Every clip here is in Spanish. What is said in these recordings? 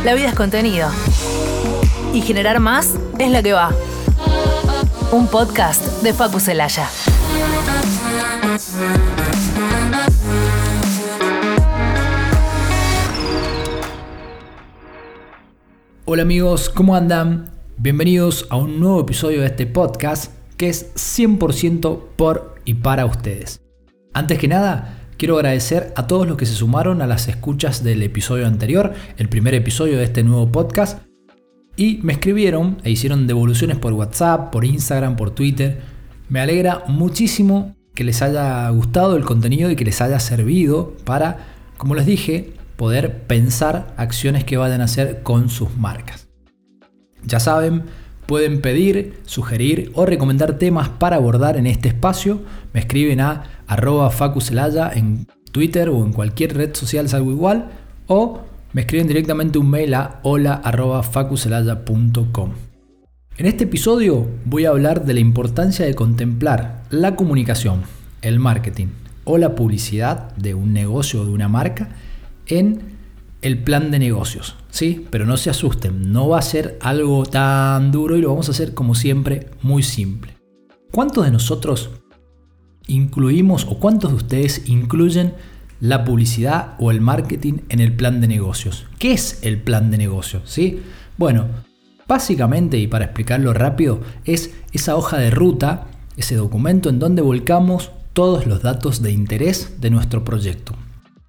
La vida es contenido. Y generar más es lo que va. Un podcast de Facu Celaya. Hola amigos, ¿cómo andan? Bienvenidos a un nuevo episodio de este podcast que es 100% por y para ustedes. Antes que nada, quiero agradecer a todos los que se sumaron a las escuchas del episodio anterior, el primer episodio de este nuevo podcast, y me escribieron e hicieron devoluciones por WhatsApp, por Instagram, por Twitter. Me alegra muchísimo que les haya gustado el contenido y que les haya servido para, como les dije, poder pensar acciones que vayan a hacer con sus marcas. Ya saben, pueden pedir, sugerir o recomendar temas para abordar en este espacio. Me escriben a @facucelaya en Twitter o en cualquier red social salvo igual, o me escriben directamente un mail a hola@facucelaya.com. En este episodio voy a hablar de la importancia de contemplar la comunicación, el marketing o la publicidad de un negocio o de una marca en el plan de negocios, ¿sí? Pero no se asusten, no va a ser algo tan duro y lo vamos a hacer como siempre muy simple. ¿Cuántos de nosotros incluimos o cuántos de ustedes incluyen la publicidad o el marketing en el plan de negocios? ¿Qué es el plan de negocios? ¿Sí? Bueno, básicamente, y para explicarlo rápido, es esa hoja de ruta, ese documento en donde volcamos todos los datos de interés de nuestro proyecto,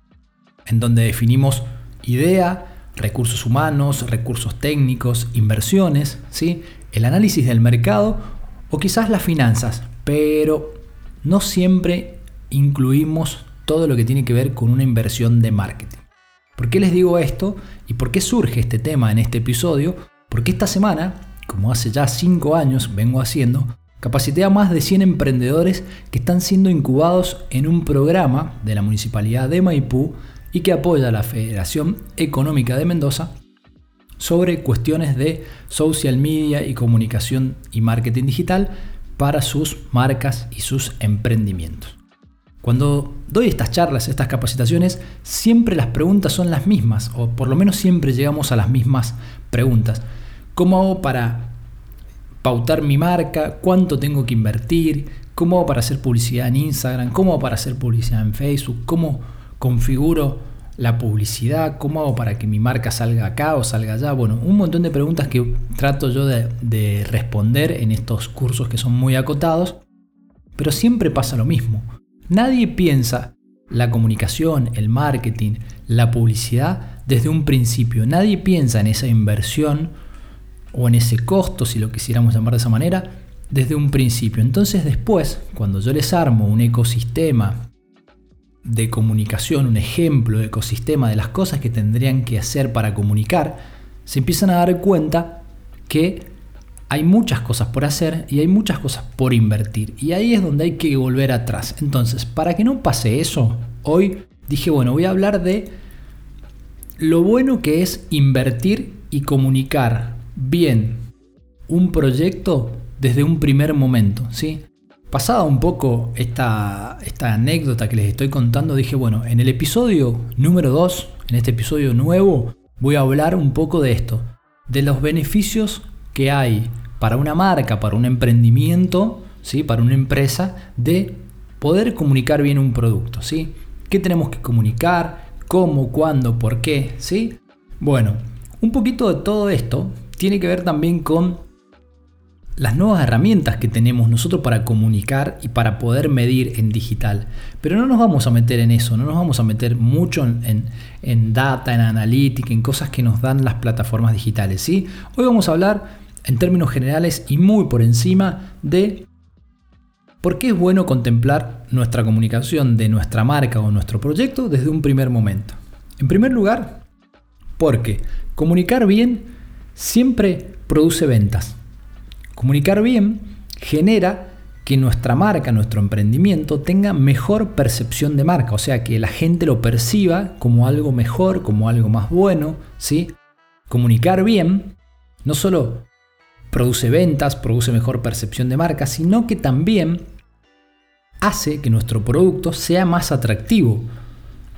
en donde definimos idea, recursos humanos, recursos técnicos, inversiones, ¿sí? El análisis del mercado o quizás las finanzas, pero no siempre incluimos todo lo que tiene que ver con una inversión de marketing. ¿Por qué les digo esto y por qué surge este tema en este episodio? Porque esta semana, como hace ya 5 años vengo haciendo, capacité a más de 100 emprendedores que están siendo incubados en un programa de la Municipalidad de Maipú y que apoya a la Federación Económica de Mendoza sobre cuestiones de social media y comunicación y marketing digital para sus marcas y sus emprendimientos. Cuando doy estas charlas, estas capacitaciones, siempre las preguntas son las mismas, o por lo menos siempre llegamos a las mismas preguntas. ¿Cómo hago para pautar mi marca? ¿Cuánto tengo que invertir? ¿Cómo hago para hacer publicidad en Instagram? ¿Cómo hago para hacer publicidad en Facebook? ¿Cómo configuro la publicidad? ¿Cómo hago para que mi marca salga acá o salga allá? Bueno, un montón de preguntas que trato yo de responder en estos cursos que son muy acotados, pero siempre pasa lo mismo. Nadie piensa la comunicación, el marketing, la publicidad desde un principio. Nadie piensa en esa inversión o en ese costo, si lo quisiéramos llamar de esa manera, desde un principio. Entonces después, cuando yo les armo un ecosistema de comunicación, un ejemplo de ecosistema de las cosas que tendrían que hacer para comunicar, se empiezan a dar cuenta que hay muchas cosas por hacer y hay muchas cosas por invertir, y ahí es donde hay que volver atrás. Entonces, para que no pase eso, hoy dije, bueno, voy a hablar de lo bueno que es invertir y comunicar bien un proyecto desde un primer momento, ¿sí? Pasada un poco esta anécdota que les estoy contando, dije, bueno, en el episodio número 2, en este episodio nuevo, voy a hablar un poco de esto, de los beneficios que hay para una marca, para un emprendimiento, ¿sí? Para una empresa, de poder comunicar bien un producto, ¿sí? ¿Qué tenemos que comunicar? ¿Cómo? ¿Cuándo? ¿Por qué? ¿Sí? Bueno, un poquito de todo esto tiene que ver también con las nuevas herramientas que tenemos nosotros para comunicar y para poder medir en digital. Pero no nos vamos a meter en eso, no nos vamos a meter mucho en data, en analítica, en cosas que nos dan las plataformas digitales, ¿sí? Hoy vamos a hablar en términos generales y muy por encima de por qué es bueno contemplar nuestra comunicación de nuestra marca o nuestro proyecto desde un primer momento. En primer lugar, porque comunicar bien siempre produce ventas. Comunicar bien genera que nuestra marca, nuestro emprendimiento tenga mejor percepción de marca, o sea, que la gente lo perciba como algo mejor, como algo más bueno, ¿sí? Comunicar bien no solo produce ventas, produce mejor percepción de marca, sino que también hace que nuestro producto sea más atractivo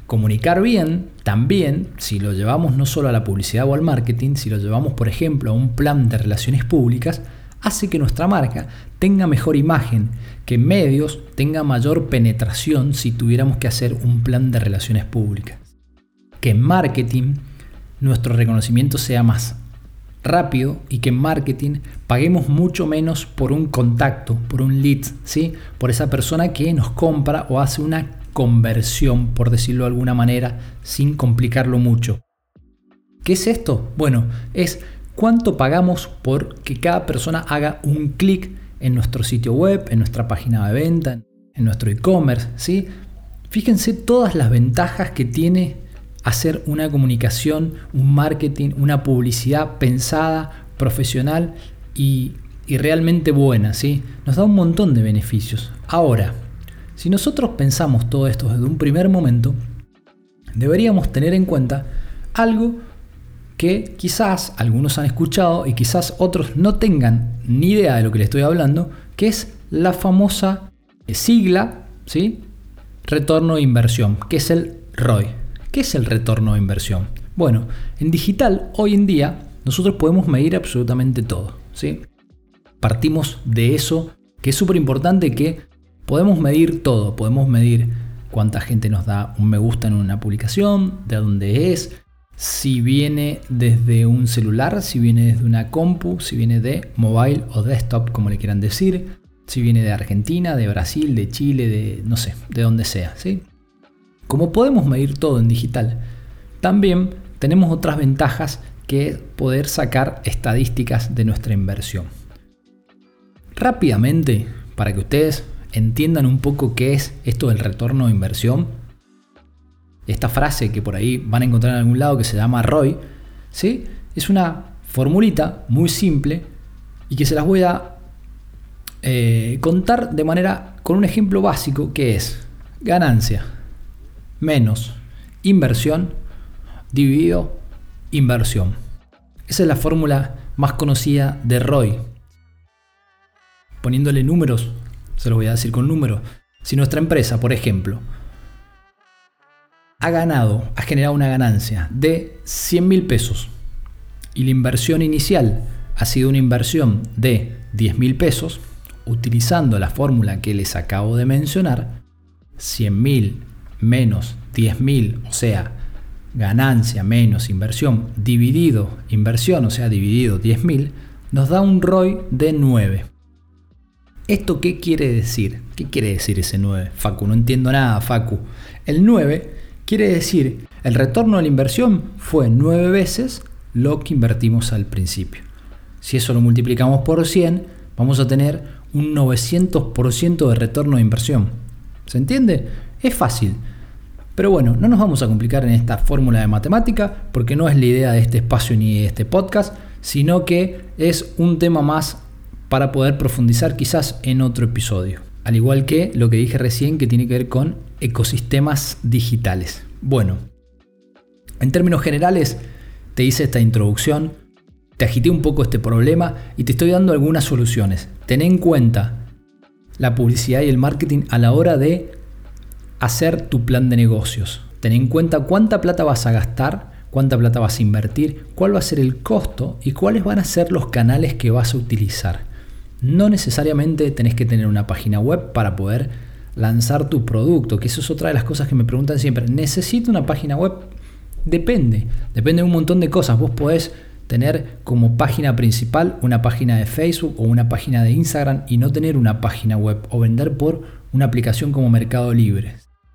Comunicar bien, también, si lo llevamos no solo a la publicidad o al marketing, si lo llevamos, por ejemplo, a un plan de relaciones públicas, hace que nuestra marca tenga mejor imagen, que medios tenga mayor penetración si tuviéramos que hacer un plan de relaciones públicas. Que en marketing nuestro reconocimiento sea más rápido y que en marketing paguemos mucho menos por un contacto, por un lead, ¿sí? Por esa persona que nos compra o hace una conversión, por decirlo de alguna manera, sin complicarlo mucho. ¿Qué es esto? Bueno, es cuánto pagamos por que cada persona haga un clic en nuestro sitio web, en nuestra página de venta, en nuestro e-commerce, ¿sí? Fíjense todas las ventajas que tiene hacer una comunicación, un marketing, una publicidad pensada, profesional y realmente buena, ¿sí? Nos da un montón de beneficios. Ahora, si nosotros pensamos todo esto desde un primer momento, deberíamos tener en cuenta algo que quizás algunos han escuchado y quizás otros no tengan ni idea de lo que les estoy hablando, que es la famosa sigla, ¿sí? Retorno de inversión, que es el ROI. ¿Qué es el retorno de inversión? Bueno, en digital hoy en día nosotros podemos medir absolutamente todo, ¿sí? Partimos de eso, que es súper importante, que podemos medir todo. Podemos medir cuánta gente nos da un me gusta en una publicación, de dónde es, si viene desde un celular, si viene desde una compu, si viene de mobile o desktop, como le quieran decir, si viene de Argentina, de Brasil, de Chile, de no sé, de donde sea, ¿sí? Como podemos medir todo en digital, también tenemos otras ventajas, que es poder sacar estadísticas de nuestra inversión. Rápidamente, para que ustedes entiendan un poco qué es esto del retorno de inversión, esta frase que por ahí van a encontrar en algún lado que se llama ROI, ¿sí? Es una formulita muy simple y que se las voy a contar con un ejemplo básico, que es ganancia menos inversión dividido inversión. Esa es la fórmula más conocida de ROI. Poniéndole números, se lo voy a decir con números. Si nuestra empresa, por ejemplo, ha generado una ganancia de 100.000 pesos y la inversión inicial ha sido una inversión de 10.000 pesos, utilizando la fórmula que les acabo de mencionar, 100.000 menos 10.000, o sea, ganancia menos inversión dividido inversión, o sea, dividido 10.000, nos da un ROI de 9. ¿Esto qué quiere decir? ¿Qué quiere decir ese 9? Facu, no entiendo nada, Facu. El 9 quiere decir, el retorno de la inversión fue 9 veces lo que invertimos al principio. Si eso lo multiplicamos por 100, vamos a tener un 900% de retorno de inversión. ¿Se entiende? Es fácil. Pero bueno, no nos vamos a complicar en esta fórmula de matemática, porque no es la idea de este espacio ni de este podcast, sino que es un tema más para poder profundizar quizás en otro episodio. Al igual que lo que dije recién, que tiene que ver con ecosistemas digitales. Bueno, en términos generales, te hice esta introducción, te agité un poco este problema y te estoy dando algunas soluciones. Ten en cuenta la publicidad y el marketing a la hora de hacer tu plan de negocios. Ten en cuenta cuánta plata vas a gastar, cuánta plata vas a invertir, cuál va a ser el costo y cuáles van a ser los canales que vas a utilizar. No necesariamente tenés que tener una página web para poder lanzar tu producto, que eso es otra de las cosas que me preguntan siempre. ¿Necesito una página web? Depende de un montón de cosas. Vos podés tener como página principal una página de Facebook o una página de Instagram y no tener una página web, o vender por una aplicación como Mercado Libre.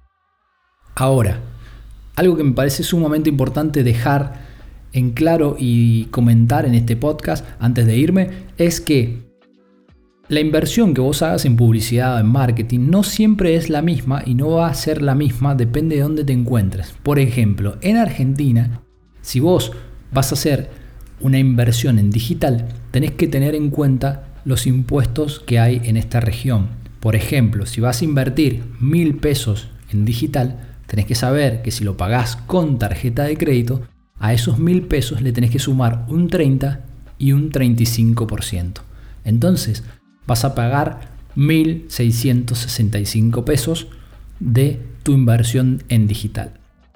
Ahora, algo que me parece sumamente importante dejar en claro y comentar en este podcast antes de irme es que la inversión que vos hagas en publicidad o en marketing no siempre es la misma y no va a ser la misma, depende de dónde te encuentres. Por ejemplo, en Argentina, si vos vas a hacer una inversión en digital, tenés que tener en cuenta los impuestos que hay en esta región. Por ejemplo, si vas a invertir 1.000 pesos en digital, tenés que saber que si lo pagás con tarjeta de crédito, a esos 1.000 pesos le tenés que sumar un 30 y un 35%. Entonces, vas a pagar 1.665 pesos de tu inversión en digital.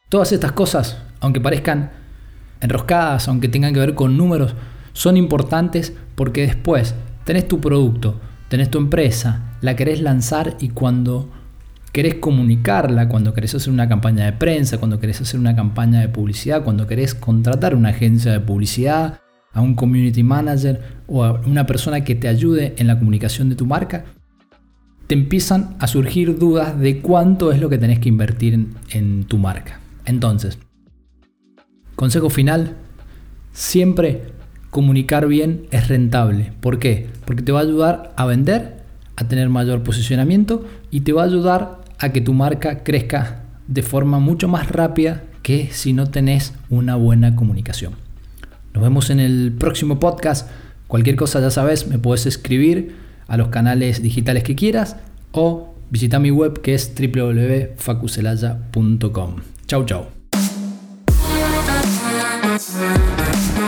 Todas estas cosas, aunque parezcan enroscadas, aunque tengan que ver con números, son importantes porque después tenés tu producto, tenés tu empresa, la querés lanzar y cuando querés comunicarla, cuando querés hacer una campaña de prensa, cuando querés hacer una campaña de publicidad, cuando querés contratar una agencia de publicidad, a un community manager o a una persona que te ayude en la comunicación de tu marca, te empiezan a surgir dudas de cuánto es lo que tenés que invertir en tu marca. Entonces, consejo final, siempre comunicar bien es rentable. ¿Por qué? Porque te va a ayudar a vender, a tener mayor posicionamiento y te va a ayudar a que tu marca crezca de forma mucho más rápida que si no tenés una buena comunicación. Nos vemos en el próximo podcast. Cualquier cosa ya sabes, me puedes escribir a los canales digitales que quieras o visita mi web que es www.facucelaya.com. Chau, chau.